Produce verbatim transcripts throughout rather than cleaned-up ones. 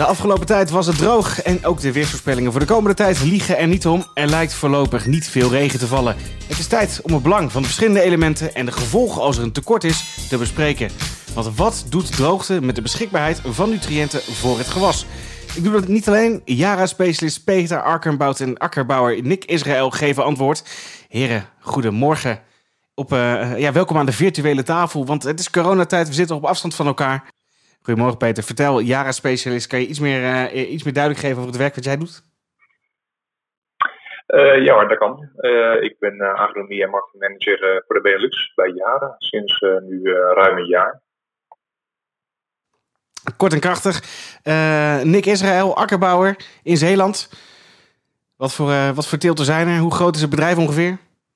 De afgelopen tijd was het droog en ook de weersvoorspellingen voor de komende tijd liegen er niet om. Er lijkt voorlopig niet veel regen te vallen. Het is tijd om het belang van de verschillende elementen en de gevolgen als er een tekort is te bespreken. Want wat doet droogte met de beschikbaarheid van nutriënten voor het gewas? Ik doe dat niet alleen. Yara-specialist Peter Arkenbout en akkerbouwer Nick Israël geven antwoord. Heren, goedemorgen. Op, uh, ja, welkom aan de virtuele tafel, want het is coronatijd. We zitten op afstand van elkaar. Goedemorgen Peter, vertel, Yara-specialist, kan je iets meer, uh, iets meer duidelijk geven over het werk wat jij doet? Uh, ja, dat kan. Uh, ik ben uh, agronomie en marketingmanager uh, voor de Benelux bij Yara sinds uh, nu uh, ruim een jaar. Kort en krachtig. Uh, Nick Israël, akkerbouwer in Zeeland. Wat voor, uh, wat voor teelten zijn er? Hoe groot is het bedrijf ongeveer?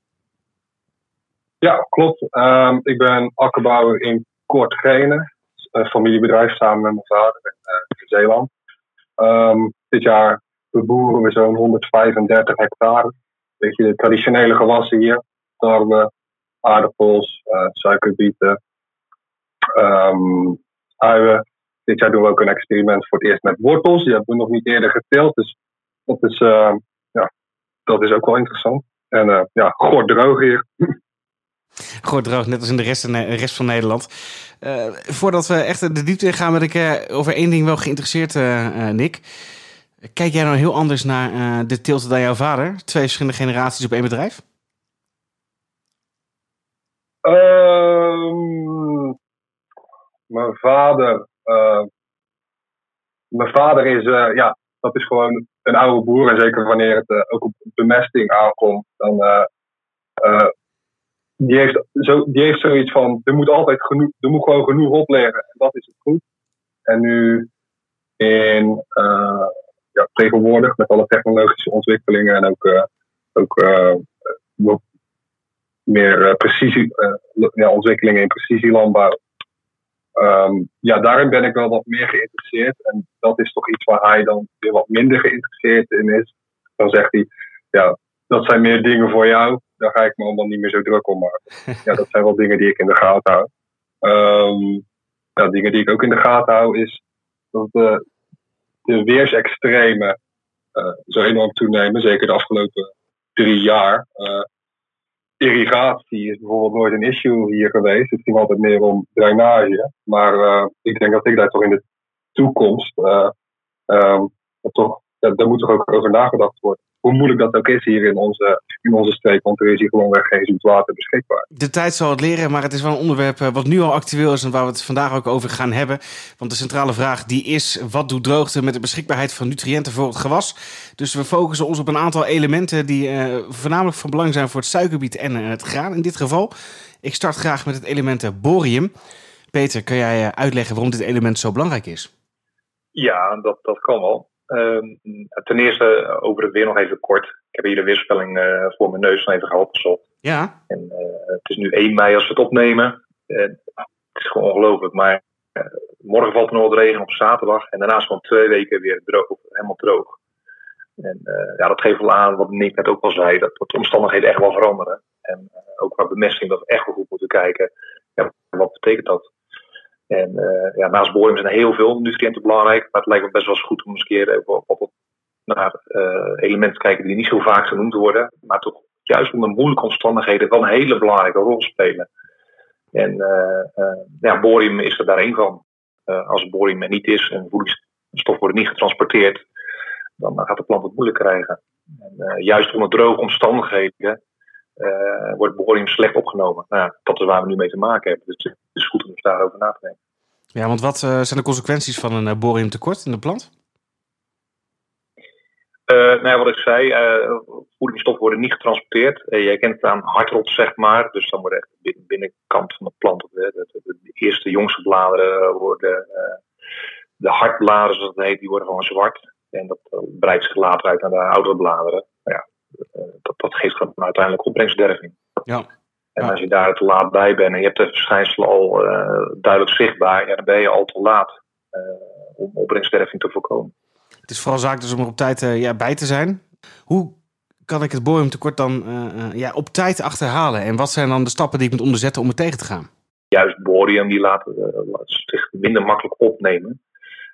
Ja, klopt. Um, ik ben akkerbouwer in Kortgene. Een familiebedrijf samen met mijn vader in, uh, in Zeeland. Um, dit jaar beboeren we zo'n honderdvijfendertig hectare. Weet je, de traditionele gewassen hier. Tarwe, aardappels, uh, suikerbieten, um, uien. Dit jaar doen we ook een experiment voor het eerst met wortels. Die hebben we nog niet eerder geteeld. Dus dat is, uh, ja, dat is ook wel interessant. En uh, ja, gordroog hier. Gordroog, net als in de rest, de rest van Nederland. Uh, voordat we echt de diepte in gaan, ben ik uh, over één ding wel geïnteresseerd, uh, uh, Nick. Kijk jij nou heel anders naar uh, de teelten dan jouw vader? Twee verschillende generaties op één bedrijf? Um, mijn vader... Uh, mijn vader is, uh, ja, dat is gewoon een oude boer. En zeker wanneer het uh, ook op bemesting aankomt, dan... Uh, uh, Die heeft, zo, die heeft zoiets van, er moet altijd genoeg, er moet gewoon genoeg opleggen. En dat is het goed. En nu in, uh, ja, tegenwoordig met alle technologische ontwikkelingen en ook, uh, ook uh, meer uh, precisie, uh, ja, ontwikkelingen in precisielandbouw. Um, ja, daarin ben ik wel wat meer geïnteresseerd. En dat is toch iets waar hij dan weer wat minder geïnteresseerd in is. Dan zegt hij, ja, dat zijn meer dingen voor jou. Daar ga ik me allemaal niet meer zo druk om maken. Ja, dat zijn wel dingen die ik in de gaten hou. Um, ja, dingen die ik ook in de gaten hou is dat de, de weersextremen uh, zo enorm toenemen. Zeker de afgelopen drie jaar. Uh, irrigatie is bijvoorbeeld nooit een issue hier geweest. Het ging altijd meer om drainage. Maar uh, ik denk dat ik daar toch in de toekomst... Uh, um, toch, ja, daar moet toch ook over nagedacht worden. Hoe moeilijk dat ook is hier in onze, in onze streek, want er is hier gewoonweg geen zoet water beschikbaar. De tijd zal het leren, maar het is wel een onderwerp wat nu al actueel is en waar we het vandaag ook over gaan hebben. Want de centrale vraag die is, wat doet droogte met de beschikbaarheid van nutriënten voor het gewas? Dus we focussen ons op een aantal elementen die uh, voornamelijk van belang zijn voor het suikerbiet en uh, het graan in dit geval. Ik start graag met het element borium. Peter, kan jij uh, uitleggen waarom dit element zo belangrijk is? Ja, dat, dat kan wel. Uh, ten eerste over het weer nog even kort. Ik heb hier de weerspelling uh, voor mijn neus nog even geopgezocht. Ja. En, uh, het is nu één mei als we het opnemen. Uh, het is gewoon ongelooflijk. Maar uh, morgen valt er nog wat regen op zaterdag. En daarna is gewoon twee weken weer droog, helemaal droog. En uh, ja, dat geeft wel aan wat Nick net ook al zei. Dat, dat de omstandigheden echt wel veranderen. En uh, ook qua bemesting dat we echt wel goed moeten kijken. Ja, wat betekent dat? En uh, ja, naast borium zijn heel veel nutriënten belangrijk. Maar het lijkt me best wel eens goed om eens een keer even op, op, naar uh, elementen te kijken die niet zo vaak genoemd worden. Maar toch juist onder moeilijke omstandigheden wel een hele belangrijke rol spelen. En uh, uh, ja, borium is er daar één van. Uh, als borium er niet is en voedingsstoffen worden niet getransporteerd, dan gaat de plant het moeilijk krijgen. En, uh, juist onder droge omstandigheden uh, wordt borium slecht opgenomen. Nou, ja, dat is waar we nu mee te maken hebben. Dus het is goed om daarover na te denken. Ja, want wat uh, zijn de consequenties van een uh, boriumtekort in de plant? Uh, nou ja, wat ik zei, uh, voedingsstoffen worden niet getransporteerd. Uh, jij kent het aan hartrot, zeg maar. Dus dan wordt echt de binnenkant van de plant, de, de, de, de eerste jongste bladeren worden, uh, de hartbladeren zoals het heet, die worden gewoon zwart. En dat uh, breidt zich later uit naar de oudere bladeren. Nou ja, uh, dat, dat geeft gewoon uiteindelijk opbrengstderving. Ja. En als je daar te laat bij bent en je hebt de verschijnselen al uh, duidelijk zichtbaar, ja, dan ben je al te laat uh, om opbrengstderving te voorkomen. Het is vooral zaak dus om er op tijd uh, ja, bij te zijn. Hoe kan ik het boriumtekort dan uh, uh, ja, op tijd achterhalen? En wat zijn dan de stappen die ik moet onderzetten om het tegen te gaan? Juist borium die laat, uh, laat zich minder makkelijk opnemen.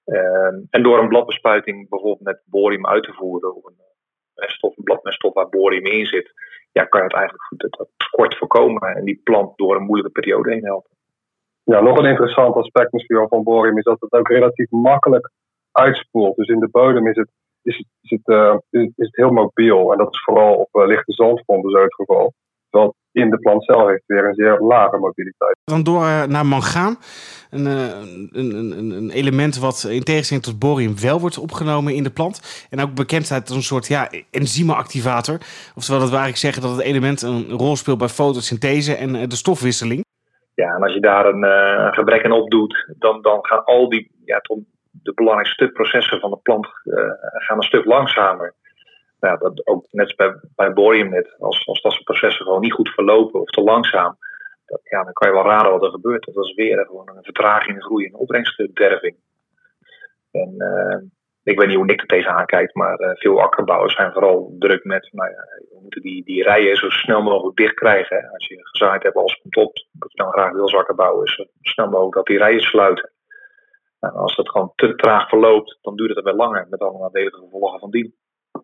Uh, en door een bladbespuiting bijvoorbeeld met borium uit te voeren, of een meststof, een bladmeststof waar borium in zit, ja, kan je het eigenlijk goed dat tekort voorkomen en die plant door een moeilijke periode heen helpen. Ja, nog een interessant aspect misschien van borium is dat het ook relatief makkelijk uitspoelt. Dus in de bodem is het, is het, is het, uh, is het heel mobiel. En dat is vooral op uh, lichte zandgronden zo het geval. Terwijl in de plant zelf heeft weer een zeer lage mobiliteit. Dan door uh, naar mangaan. Een, uh, een, een, een element wat in tegenstelling tot borium wel wordt opgenomen in de plant. En ook bekend staat als een soort ja, enzymenactivator. Oftewel dat we eigenlijk zeggen dat het element een rol speelt bij fotosynthese en uh, de stofwisseling. Ja, en als je daar een, uh, een gebrek in opdoet, dan, dan gaan al die, ja, tot de belangrijkste processen van de plant uh, gaan een stuk langzamer. Nou, dat ook net als bij, bij borium net, als, als dat soort processen gewoon niet goed verlopen of te langzaam, dat, ja, dan kan je wel raden wat er gebeurt. Dat is weer gewoon een vertraging in groei en opbrengstderving. En uh, ik weet niet hoe Nick er tegenaan kijkt, maar uh, veel akkerbouwers zijn vooral druk met, nou ja, we moeten die, die rijen zo snel mogelijk dicht krijgen. Hè. Als je gezaaid hebt, alles komt op, wat je dan graag wil als akkerbouwer, is zo snel mogelijk dat die rijen sluiten. Nou, als dat gewoon te traag verloopt, dan duurt het er wel langer, met alle nadelige gevolgen van dien.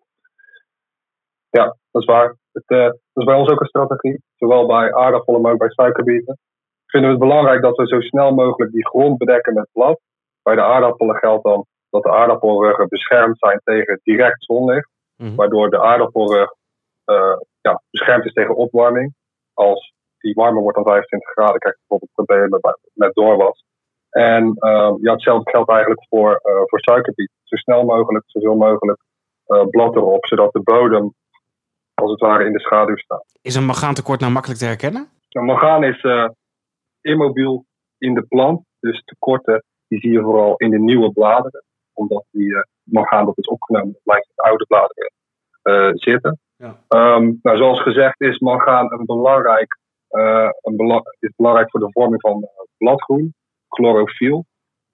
Ja, dat is waar. Het, uh, dat is bij ons ook een strategie, zowel bij aardappelen, maar ook bij suikerbieten. Vinden we het belangrijk dat we zo snel mogelijk die grond bedekken met blad. Bij de aardappelen geldt dan dat de aardappelruggen beschermd zijn tegen direct zonlicht. Mm-hmm. Waardoor de aardappelrug uh, ja, beschermd is tegen opwarming. Als die warmer wordt dan vijfentwintig graden, krijg je bijvoorbeeld problemen met, met doorwas. En uh, ja, hetzelfde geldt eigenlijk voor, uh, voor suikerbiet. Zo snel mogelijk, zoveel mogelijk uh, blad erop, zodat de bodem als het ware in de schaduw staat. Is een mangaantekort nou makkelijk te herkennen? Nou, mangaan is uh, immobiel in de plant. Dus tekorten die zie je vooral in de nieuwe bladeren. Omdat die uh, mangaan dat is opgenomen, blijft in de oude bladeren uh, zitten. Ja. Um, nou, zoals gezegd is mangaan een belangrijk, uh, een bela- is belangrijk voor de vorming van uh, bladgroen, chlorofiel.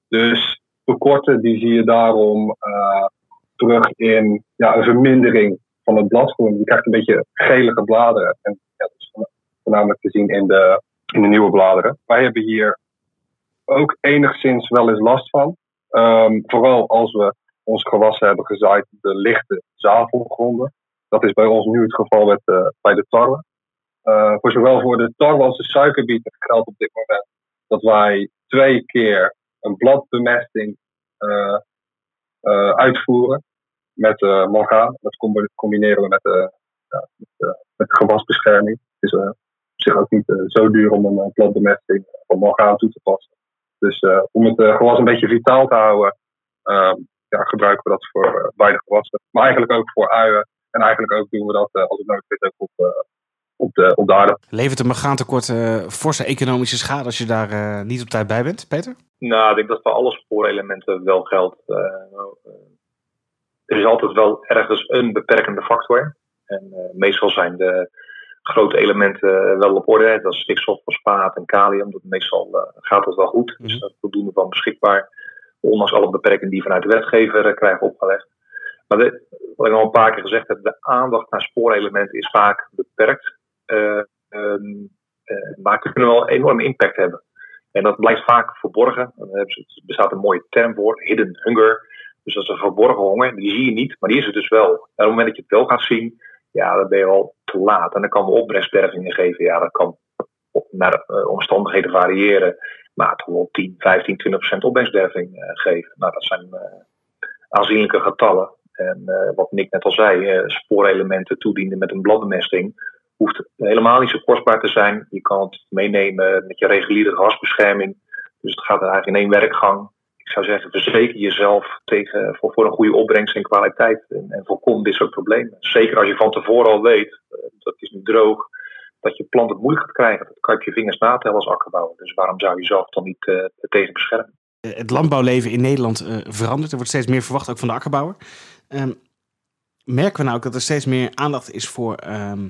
Dus tekorten die zie je daarom uh, terug in ja, een vermindering van het bladgroen. Je krijgt een beetje gelige bladeren. En ja, dat is voornamelijk te zien in de, in de nieuwe bladeren. Wij hebben hier ook enigszins wel eens last van. Um, vooral als we ons gewassen hebben gezaaid op de lichte zavelgronden. Dat is bij ons nu het geval met, uh, bij de tarwe. Uh, voor zowel voor de tarwe als de suikerbieten geldt op dit moment dat wij twee keer een bladbemesting uh, uh, uitvoeren met uh, mangaan. Dat combineren we met, uh, ja, met, uh, met gewasbescherming. Het is uh, op zich ook niet uh, zo duur om een uh, bladbemesting van mangaan toe te passen. Dus uh, om het uh, gewas een beetje vitaal te houden, uh, ja, gebruiken we dat voor uh, beide gewassen. Maar eigenlijk ook voor uien. En eigenlijk ook doen we dat uh, als het nodig is ook op, uh, op, de, op de aarde. Levert een mangaantekort uh, forse economische schade als je daar uh, niet op tijd bij bent, Peter? Nou, ik denk dat voor alle spoorelementen wel geldt. Uh, uh, er is altijd wel ergens een beperkende factor. En uh, meestal zijn de grote elementen wel op orde. Dat is stikstof, fosfaat en kalium. Dat meestal uh, gaat het wel goed. Mm-hmm. Dus daar is voldoende van beschikbaar. Ondanks alle beperkingen die vanuit de wetgever uh, krijgen opgelegd. Maar de, wat ik al een paar keer gezegd heb, de aandacht naar spoorelementen is vaak beperkt. Uh, um, uh, maar kunnen wel een enorme impact hebben. En dat blijft vaak verborgen. Er bestaat een mooie term voor, hidden hunger. Dus dat is een verborgen honger. Die zie je niet, maar die is er dus wel. En op het moment dat je het wel gaat zien, ja, dan ben je al te laat. En dan kan de opbrengstdervingen geven. Ja, dat kan naar uh, omstandigheden variëren. Maar toch wel tien, vijftien, twintig procent opbrengstderving uh, geven. Nou, dat zijn uh, aanzienlijke getallen. En uh, wat Nick net al zei, uh, spoorelementen toedienen met een bladbemesting hoeft helemaal niet zo kostbaar te zijn. Je kan het meenemen met je reguliere gewasbescherming. Dus het gaat er eigenlijk in één werkgang. Ik zou zeggen, verzeker jezelf tegen, voor, voor een goede opbrengst en kwaliteit. En, en voorkom dit soort problemen. Zeker als je van tevoren al weet, uh, dat is nu droog, dat je plant het moeilijk gaat krijgen. Dat kan je op je vingers natellen als akkerbouwer. Dus waarom zou je jezelf dan niet uh, tegen beschermen? Het landbouwleven in Nederland uh, verandert. Er wordt steeds meer verwacht, ook van de akkerbouwer. Um, merken we nou ook dat er steeds meer aandacht is voor um,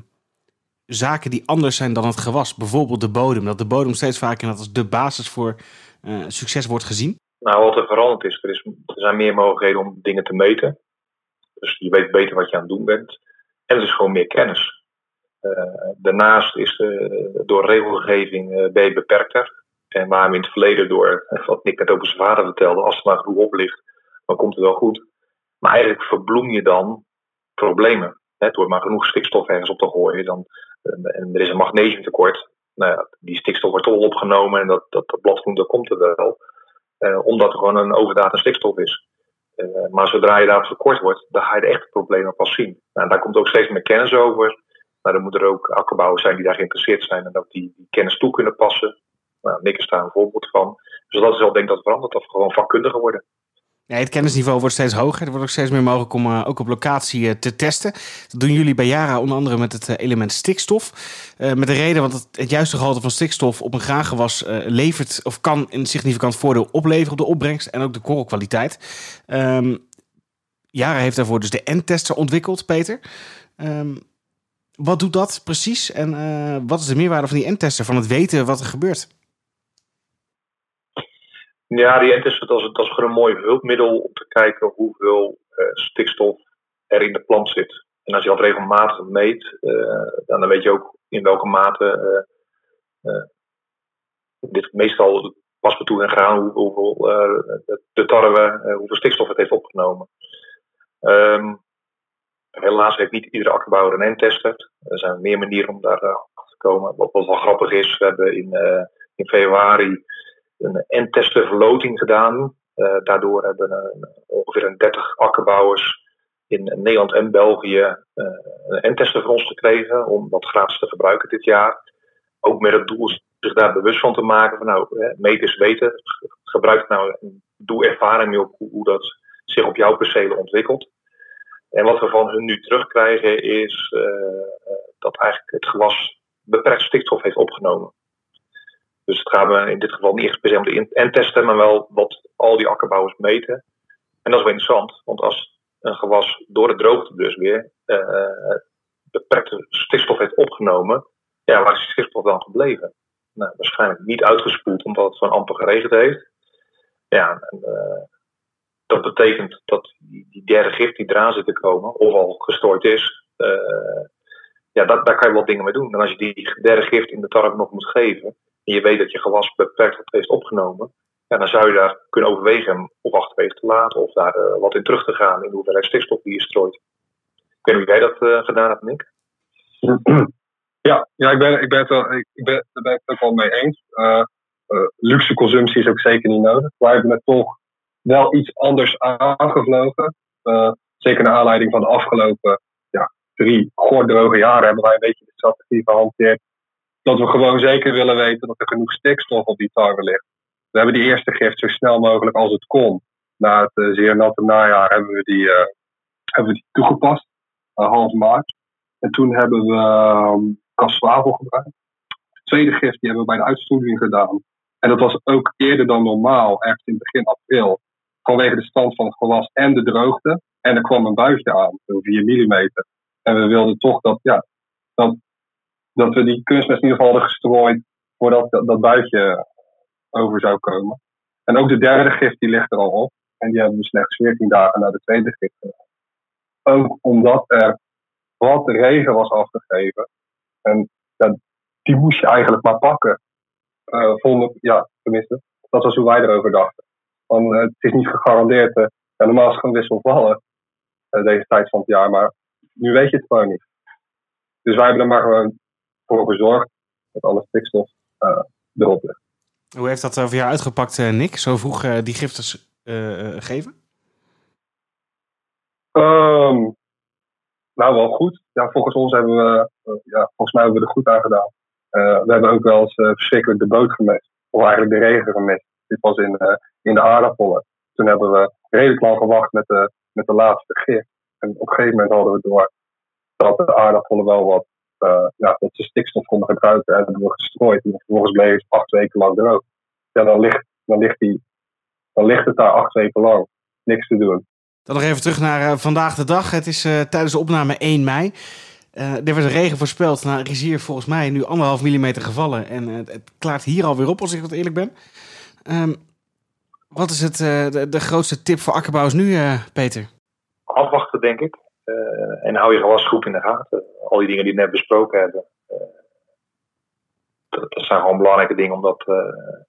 zaken die anders zijn dan het gewas? Bijvoorbeeld de bodem. Dat de bodem steeds vaker als de basis voor uh, succes wordt gezien? Nou, wat er veranderd is, er, is, er zijn meer mogelijkheden om dingen te meten. Dus je weet beter wat je aan het doen bent. En er is gewoon meer kennis. Uh, daarnaast is uh, door regelgeving uh, ben je beperkter. En waar hem in het verleden door, wat Nick net over zijn vader vertelde, als het maar genoeg op ligt, dan komt het wel goed. Maar eigenlijk verbloem je dan problemen. Hè, door maar genoeg stikstof ergens op te gooien. Dan, en er is een magnesiumtekort. Nou ja, die stikstof wordt toch opgenomen en dat, dat, dat bladgroen, dat komt er wel. Uh, omdat er gewoon een overdaad aan stikstof is. Uh, maar zodra je daar tekort wordt, dan ga je de echte problemen pas zien. Nou, daar komt ook steeds meer kennis over. Maar dan moeten er ook akkerbouwers zijn die daar geïnteresseerd zijn en dat die, die kennis toe kunnen passen. Nou, Nick is daar een voorbeeld van. Dus dat is wel, denk ik, dat het verandert, dat we gewoon vakkundiger worden. Ja, het kennisniveau wordt steeds hoger. Er wordt ook steeds meer mogelijk om uh, ook op locatie uh, te testen. Dat doen jullie bij Yara onder andere met het uh, element stikstof. Uh, met de reden, want het, het juiste gehalte van stikstof op een graangewas uh, levert of kan een significant voordeel opleveren op de opbrengst en ook de korrelkwaliteit. Um, Yara heeft daarvoor dus de N-tester ontwikkeld, Peter. Um, wat doet dat precies en uh, wat is de meerwaarde van die N-tester, van het weten wat er gebeurt? Ja, die N-tester, dat is, dat is gewoon een mooi hulpmiddel om te kijken hoeveel uh, stikstof er in de plant zit. En als je dat regelmatig meet, uh, dan weet je ook in welke mate, uh, uh, dit meestal pas toe en graan, hoe, hoeveel uh, de tarwe, uh, hoeveel stikstof het heeft opgenomen. Um, helaas heeft niet iedere akkerbouwer een N-tester. Er zijn meer manieren om daar uh, achter te komen. Wat, wat wel grappig is, we hebben in, uh, in februari een N-tester verloting gedaan. Uh, daardoor hebben uh, ongeveer een dertig akkerbouwers in Nederland en België uh, een N-tester van ons gekregen om dat gratis te gebruiken dit jaar. Ook met het doel zich daar bewust van te maken van nou, uh, meten is weten. Gebruik nou en doe ervaring mee op hoe, hoe dat zich op jouw percelen ontwikkelt. En wat we van hun nu terugkrijgen is uh, uh, dat eigenlijk het gewas beperkt stikstof heeft opgenomen. Dus het gaat me in dit geval niet echt per se om de N-testen, maar wel wat al die akkerbouwers meten. En dat is wel interessant, want als een gewas door de droogte dus weer uh, beperkte stikstof heeft opgenomen, ja, waar is die stikstof dan gebleven? Nou, waarschijnlijk niet uitgespoeld, omdat het van amper geregend heeft. Ja, en, uh, dat betekent dat die, die derde gift die eraan zit te komen, of al gestrooid is, uh, ja, dat, daar kan je wel dingen mee doen. En als je die derde gift in de tarwe nog moet geven, en je weet dat je gewas beperkt heeft opgenomen, ja, dan zou je daar kunnen overwegen hem op achterwege te laten of daar uh, wat in terug te gaan in de hoeveelheid stikstof die je strooit. Ik weet niet hoe jij dat uh, gedaan hebt, Nick? Ja, ja ik, ben, ik, ben het wel, ik ben, daar ben ik het ook wel mee eens. Uh, uh, luxe consumptie is ook zeker niet nodig. Wij hebben het toch wel iets anders aangevlogen. Uh, zeker naar aanleiding van de afgelopen ja, drie gordroge jaren hebben wij een beetje de strategie gehanteerd dat we gewoon zeker willen weten dat er genoeg stikstof op die tarwe ligt. We hebben die eerste gift zo snel mogelijk als het kon. Na het uh, zeer natte najaar hebben we die, uh, hebben we die toegepast. Uh, half maart. En toen hebben we um, kastzwavel gebruikt. De tweede gift die hebben we bij de uitstoeting gedaan. En dat was ook eerder dan normaal, ergens in begin april. Vanwege de stand van het gewas en de droogte. En er kwam een buitje aan, zo'n vier millimeter. En we wilden toch dat, ja, dat, dat we die kunstmest in ieder geval hadden gestrooid voordat dat, dat buitje over zou komen. En ook de derde gift die ligt er al op. En die hebben we slechts veertien dagen na de tweede gift gedaan. Ook omdat er wat regen was afgegeven. En ja, die moest je eigenlijk maar pakken. Uh, vonden, ja, tenminste, dat was hoe wij erover dachten. Want uh, het is niet gegarandeerd. Uh, ja, normaal is het gewoon wisselvallen uh, deze tijd van het jaar. Maar nu weet je het gewoon niet. Dus wij hebben er maar gewoon voor gezorgd dat alle stikstof uh, erop ligt. Hoe heeft dat voor jou uitgepakt, uh, Nick? Zo vroeg uh, die giftes uh, geven? Um, nou, wel goed. Ja, volgens ons hebben we, uh, ja, volgens mij hebben we er goed aan gedaan. Uh, we hebben ook wel eens uh, verschrikkelijk de boot gemist. Of eigenlijk de regen gemist. Dit was in, uh, in de aardappelen. Toen hebben we redelijk lang gewacht met de, met de laatste gif. En op een gegeven moment hadden we door dat de aardappelen wel wat uh, ja, dat ze stikstof konden gebruiken. En hebben we gestrooid. En vervolgens bleef het acht weken lang droog. Ja, dan ligt, dan, ligt die, dan ligt het daar acht weken lang. Niks te doen. Dan nog even terug naar uh, vandaag de dag. Het is uh, tijdens de opname één mei. Uh, er werd regen voorspeld. Nou, er is hier volgens mij nu anderhalf millimeter gevallen. En uh, het klaart hier alweer op, als ik wat eerlijk ben. Um, wat is het, uh, de, de grootste tip voor akkerbouwers nu, uh, Peter? Afwachten, denk ik. Uh, en hou je gewas goed in de gaten. Al die dingen die we net besproken hebben. Uh, dat, dat zijn gewoon belangrijke dingen om dat, uh,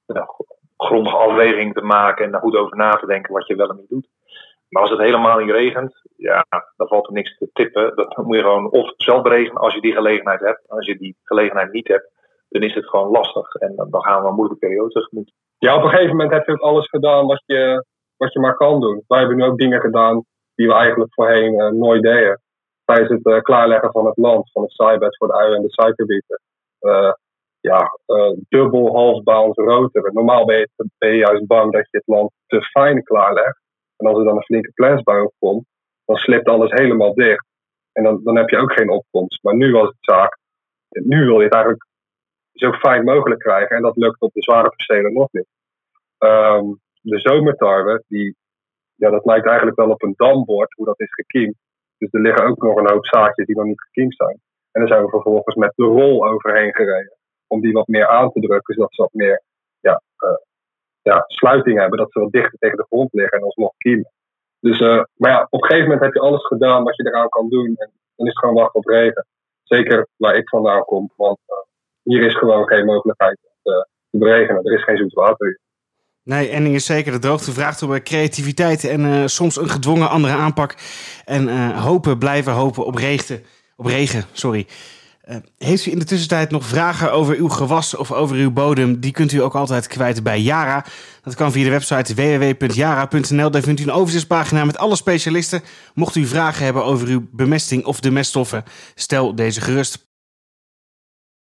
nou, grondige afweging te maken en daar goed over na te denken wat je wel en niet doet. Maar als het helemaal niet regent, ja, dan valt er niks te tippen. Dan moet je gewoon of zelf beregenen als je die gelegenheid hebt. Als je die gelegenheid niet hebt, dan is het gewoon lastig. En dan, dan gaan we een moeilijke periode tegemoet. Ja, op een gegeven moment heb je ook alles gedaan wat je, wat je maar kan doen. Wij hebben nu ook dingen gedaan die we eigenlijk voorheen uh, nooit deden. Tijdens het uh, klaarleggen van het land, van het zaaibed voor de uien en de suikerbieten. Uh, ja, uh, dubbel, halfbaans, roteren. Normaal ben je, ben je juist bang dat je het land te fijn klaarlegt. En als er dan een flinke plensbui op komt, dan slipt alles helemaal dicht. En dan, dan heb je ook geen opkomst. Maar nu was het zaak, nu wil je het eigenlijk zo fijn mogelijk krijgen. En dat lukt op de zware percelen nog niet. Um, de zomertarwe, die, ja, dat lijkt eigenlijk wel op een dambord, hoe dat is gekiemd. Dus er liggen ook nog een hoop zaadjes die nog niet gekiemd zijn. En dan zijn we vervolgens met de rol overheen gereden. Om die wat meer aan te drukken, zodat ze wat meer ja, uh, ja, sluiting hebben. Dat ze wat dichter tegen de grond liggen en alsnog kiemen. Dus, uh, maar ja, op een gegeven moment heb je alles gedaan wat je eraan kan doen. En dan is het gewoon wachten op regen. Zeker waar ik vandaan kom. Want uh, hier is gewoon geen mogelijkheid uh, te beregenen. Er is geen zoet water hier. Nee, één ding is zeker, de droogte vraagt om creativiteit en uh, soms een gedwongen andere aanpak. En uh, hopen, blijven hopen op regen. Op regen, sorry. Uh, heeft u in de tussentijd nog vragen over uw gewas of over uw bodem? Die kunt u ook altijd kwijt bij Yara. Dat kan via de website w w w punt yara punt n l. Daar vindt u een overzichtspagina met alle specialisten. Mocht u vragen hebben over uw bemesting of de meststoffen, stel deze gerust.